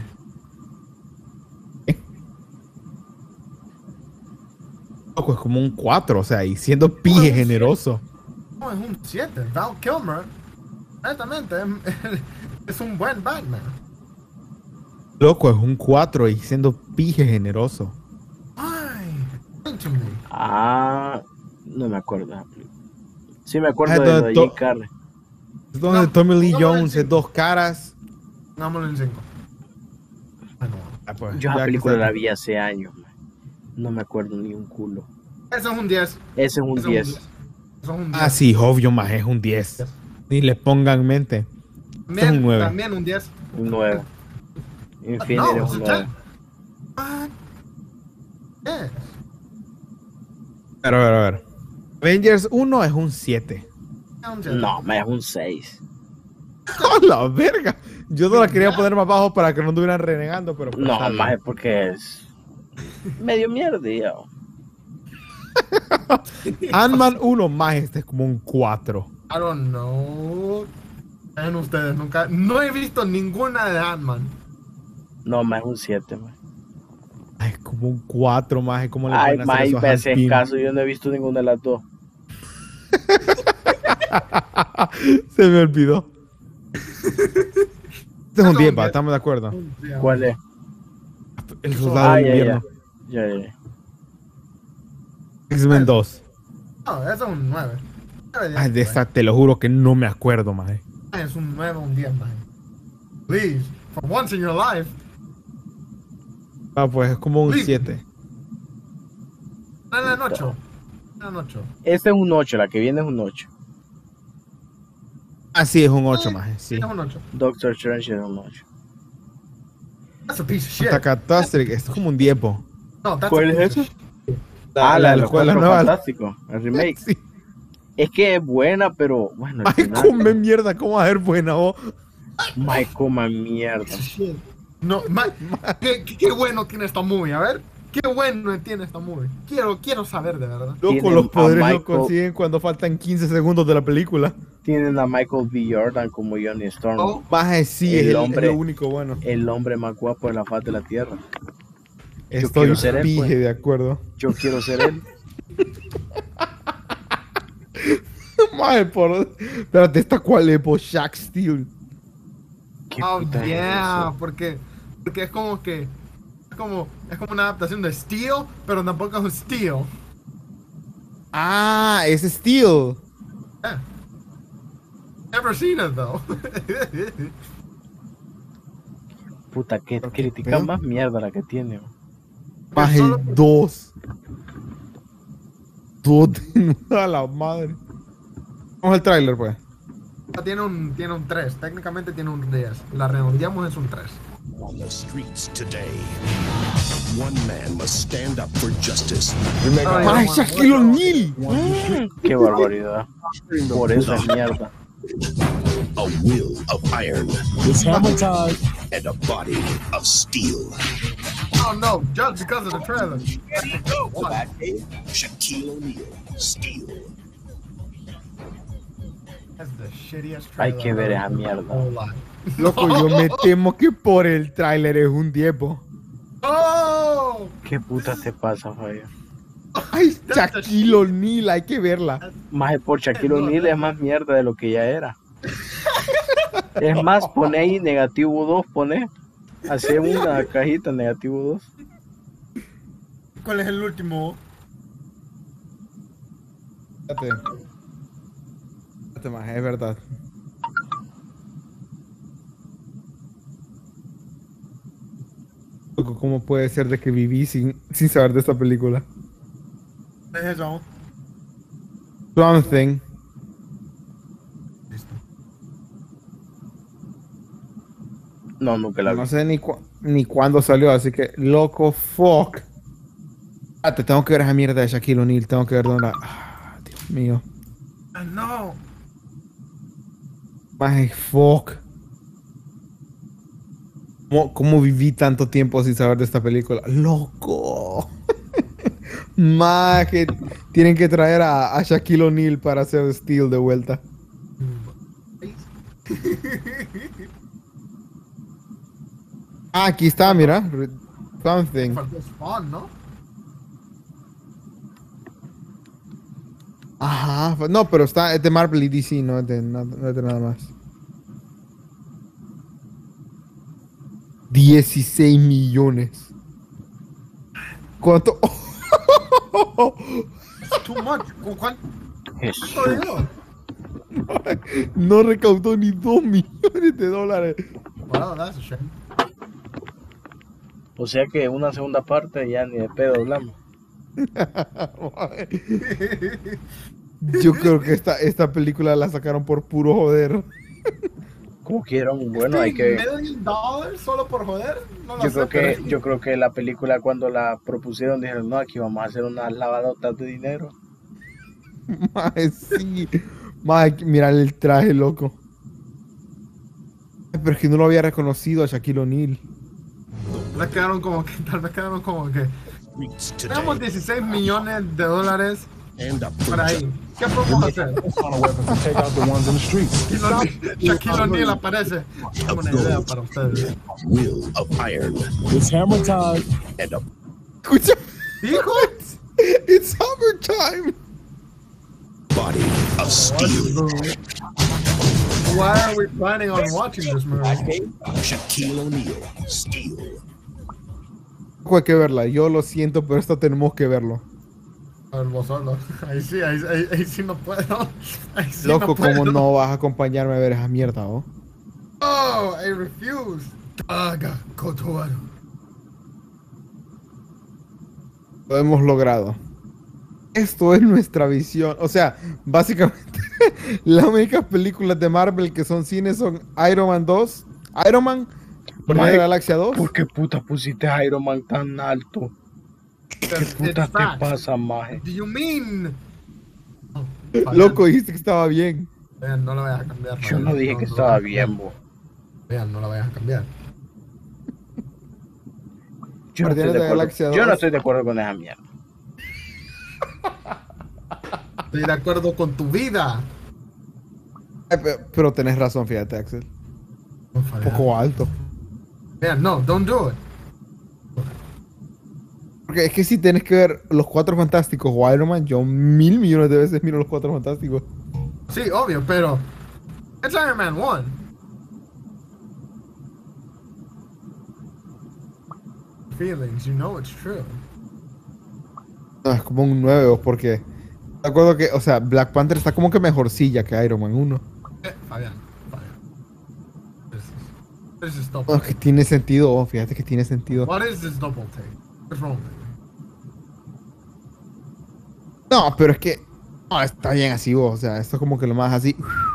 Loco, es como un cuatro, o sea, y siendo pije un generoso. No, es un siete. Val Kilmer, honestamente, es, es un buen Batman. Loco, es un cuatro y siendo pije generoso. Ay, explain to me. Ah, no me acuerdo de la película. Sí me acuerdo Ah, de lo de entonces, Jim to- Carrey. Es donde No, Tommy Lee pongámosle Jones en es dos caras. Dámoslo en cinco. Ah, no. Ah, pues, Yo ya esa que película está- la vi hace años, man. No me acuerdo ni un culo. Ese es un diez. Ese es un Ese diez. Eso es un diez. Ah, sí, obvio, más es un diez. Ni le pongan mente. También, es un nueve. también un diez. Un nueve. Infinity No, es es un un nueve. Ah, yes. A ver, a ver, a ver. Avengers uno es un siete. Un diez. No, me es un seis. ¡Oh, la verga! Yo no la quería poner más bajo para que no estuvieran renegando, pero... pues, No, está bien. más es porque es medio mierdía. Ant-Man uno más este es como un cuatro. I don't know. Ven ustedes, nunca. No he visto ninguna de Ant-Man. No, más es un siete, man. Ay, es como un cuatro más, es como le Ay, pueden más hacer y eso a me Hans haces Pym. caso, yo no he visto ninguna de las dos. Se me olvidó. Este es un Eso diez, es un va, diez. estamos de acuerdo. ¿Cuál es? El soldado Ah, del ya, ya. invierno. Ya, ya. X-Men dos. No, eso es un nueve. nueve, diez, Ay, de güey. esta te lo juro que no me acuerdo, más. Es un nueve o un diez, man. Please, for once in your life. Ah, pues es como un Sí. siete. Dale en ocho. Dale en ocho. Este es un ocho, la que viene es un ocho. Ah, sí, es un ocho más, sí. Es un ocho. Doctor Strange es un ocho. That's a piece of shit. Hasta Catastrophic, esto es como un diez, po. No, that's ¿Cuál a es piece of ese? shit. Ah, la de los escuela Cuatro nueva. Fantásticos, el remake. Sí. Es que es buena, pero bueno, al Ay, final, come mierda, ¿cómo va a ser buena vos? Ay, coma mierda. Shit. No, ma- qué, qué- qué bueno tiene esta movie, a ver. Qué bueno tiene esta movie. Quiero, quiero saber de verdad. Loco, Tienen los a poderes los Michael- consiguen cuando faltan quince segundos de la película. Tienen a Michael B. Jordan como Johnny Storm. Oh. Baje, sí, El es, el- hombre- es lo único bueno. El hombre más guapo de la faz de la tierra. Estoy quiero ser él, pije, pues. de acuerdo. Yo quiero ser él. Maje, por... Espérate, ¿esta cuál es? Po? Shaq Steel. ¿Qué Oh, puta es yeah, eso? porque, porque es como que es como, es como una adaptación de Steel, pero tampoco es un Steel. Ah, es Steel. Yeah. Never seen it though. Puta, que ¿Pero qué crítica pedo? más mierda la que tiene. Más Solo- el dos. dos de a la madre. Vamos al tráiler, pues. Tiene un, tiene un tres, técnicamente tiene un diez. La redondeamos es un tres. On the streets today, one man must stand up for justice. Ay, ¡Más no, Shaquille bueno. O'Neal! Qué barbaridad. Por esa mierda. A will of iron. It's hammer time. And a body of steel. Oh no, just because of the trailer. What? Shaquille O'Neal, steel. That's the shittiest Hay trailer que ver I've esa ever mierda. seen in my whole life. Loco, yo me temo que por el tráiler es un diez. Oh! ¿Qué puta te pasa, Fabio? ¡Ay, Shaquille O'Neal! Hay que verla. Más por Shaquille O'Neal es más mierda de lo que ya era. Es más, pone ahí negativo dos, pone. Hace una cajita negativo dos. ¿Cuál es el último? Espérate. Espérate más, es verdad. Loco, ¿cómo puede ser de que viví sin, sin saber de esta película? Es eso. Something. Listo. No, nunca la vi. No sé ni, cu ni cuándo salió, así que, loco, fuck. Ah, te tengo que ver esa mierda de Shaquille O'Neal. Tengo que ver dónde la... Ah, Dios mío. Ah, no. My fuck. ¿Cómo, ¿Cómo viví tanto tiempo sin saber de esta película? ¡Loco! Más que tienen que traer a, a Shaquille O'Neal para hacer Steel de vuelta. Ah, aquí está, mira. Re- Something. Faltó Spawn, ¿no? Ajá. fa- No, pero está, es de Marvel y D C, no es de, nada- no es de nada más. dieciséis millones. ¿Cuánto? It's too much. ¿Cu- ¿Cuánto Jesús. dio? No recaudó ni dos millones de dólares. Wow, that's a shame. O sea que una segunda parte ya ni de pedo hablamos. Yo creo que esta, esta película la sacaron por puro joder. Como quieran, bueno, hay que. ¿Million dollars solo por joder? No lo Yo sé, creo que, pero- yo creo que la película cuando la propusieron dijeron, no, aquí vamos a hacer unas lavadotas de dinero. Mae, sí. Mae, mira el traje, loco. Ay, pero es que no lo había reconocido a Shaquille O'Neal. Tal vez quedaron como que, tal vez quedaron como que. Streets Tenemos today, dieciséis millones de dólares stand up for por ahí. ¿Qué podemos hacer? Shaquille O'Neal aparece. Tengo una idea para ustedes. a will of iron. It's hammer time. And a Escucha. ¿Dijo? It's summertime. body of steel. Why are we planning on watching this movie? Shaquille O'Neal, steel. Hay que verla. Yo lo siento, pero esto tenemos que verlo. A ver, vos solo. Ahí sí, ahí, ahí, ahí sí no puedo. Ahí sí Loco, no puedo. ¿cómo no vas a acompañarme a ver esa mierda, oh? Oh, I refuse. Haga Kotoru. Lo hemos logrado. Esto es nuestra visión. O sea, básicamente, las únicas películas de Marvel que son cines son Iron Man dos, Iron Man, Guardianes de la Galaxia dos. ¿Por qué puta pusiste a Iron Man tan alto? ¿Qué puta te pasa, maje? Do you mean? Oh, Loco, dijiste que estaba bien. Vean, no lo vayas a cambiar. Yo no dije que lo estaba vayas a bien, cambiar. bo. Vean, no lo vayas a cambiar. Yo no, estoy Guardianes de de la acuerdo, Galaxia yo no dos. estoy de acuerdo con esa mierda. Estoy de acuerdo con tu vida. Ay, pe- Pero tenés razón, fíjate, Axel. Un poco alto. Vean, no, don't do it. Porque es que si tenés que ver Los Cuatro Fantásticos o Iron Man, yo mil millones de veces miro Los Cuatro Fantásticos. Sí, obvio, pero. It's Iron Man one. Feelings, you know it's true. No, es como un nueve, porque... De acuerdo que, o sea, Black Panther está como que mejorcilla que Iron Man uno. Eh, Fabián, Fabián. This is, this is No, double es que tiene sentido, oh, fíjate que tiene sentido. What is this double take? What's wrong with it? No, pero es que. No, está bien así vos. O sea, esto es como que lo más así.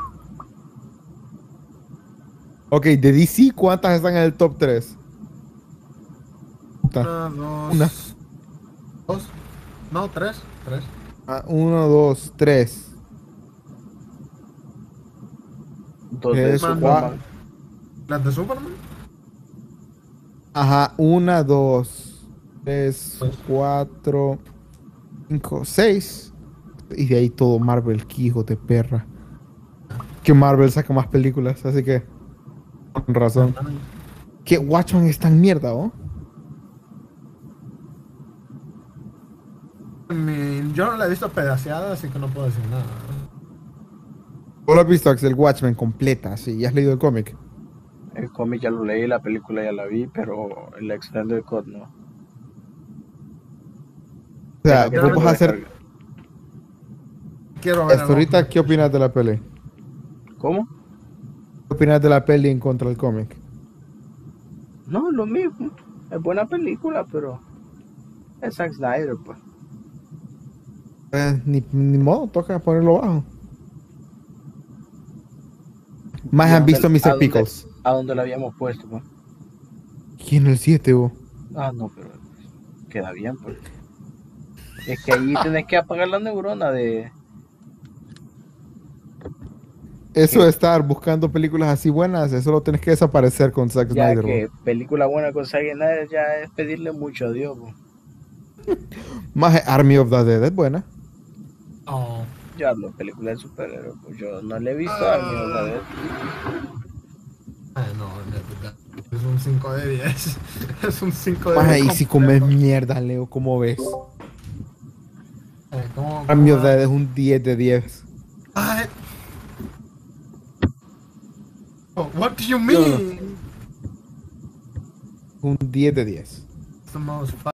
Ok, de D C, ¿cuántas están en el top tres? Una, dos. Una. Dos. No, tres. Tres. Ah, uno, dos, tres. Dos de Es Superman. ¿Las de Superman? Ajá, una, dos, tres, cuatro, cinco, seis. Y de ahí todo Marvel, que hijo de perra. Que Marvel saca más películas, así que. Con razón. Que Watchmen es tan mierda, ¿oh? Mi- yo no la he visto pedaceada, así que no puedo decir nada. ¿Vos lo has visto, Axel? Watchmen completa, sí. ¿Ya has leído el cómic? El cómic ya lo leí, la película ya la vi, pero el Extended Cut no. O sea, Tengo que vos vas a hacer. descargar. Quiero ver Hasta ahorita, ¿qué opinas de la peli? ¿Cómo? ¿Qué opinas de la peli en contra del cómic? No, lo mismo. Es buena película, pero es Zack Snyder, pues. Eh, ni, ni modo, toca ponerlo bajo. Más ¿Y a han dónde- visto a mister dónde- Pickles. ¿A dónde la habíamos puesto, pues? ¿Quién el siete, vos? Ah, no, pero queda bien, pues. Es que ahí tenés que apagar la neurona de... Eso ¿Qué? de estar buscando películas así buenas, eso lo tenés que desaparecer con Zack Ya Snyder. que vos. película buena con Zack Snyder ya es pedirle mucho a Dios, pues. Más Army of the Dead es buena. Oh. Ya la película de superhéroes, pues yo no le he visto a mi otra vez. Ay, no, neta, es un cinco de diez. Es un cinco de Más diez. ahí si comes mierda, Leo, ¿cómo ves? Eh, ¿cómo- Army cómo of the va? Dead es un diez de diez. Ay. Oh, what do you mean? Un diez de diez. It's the most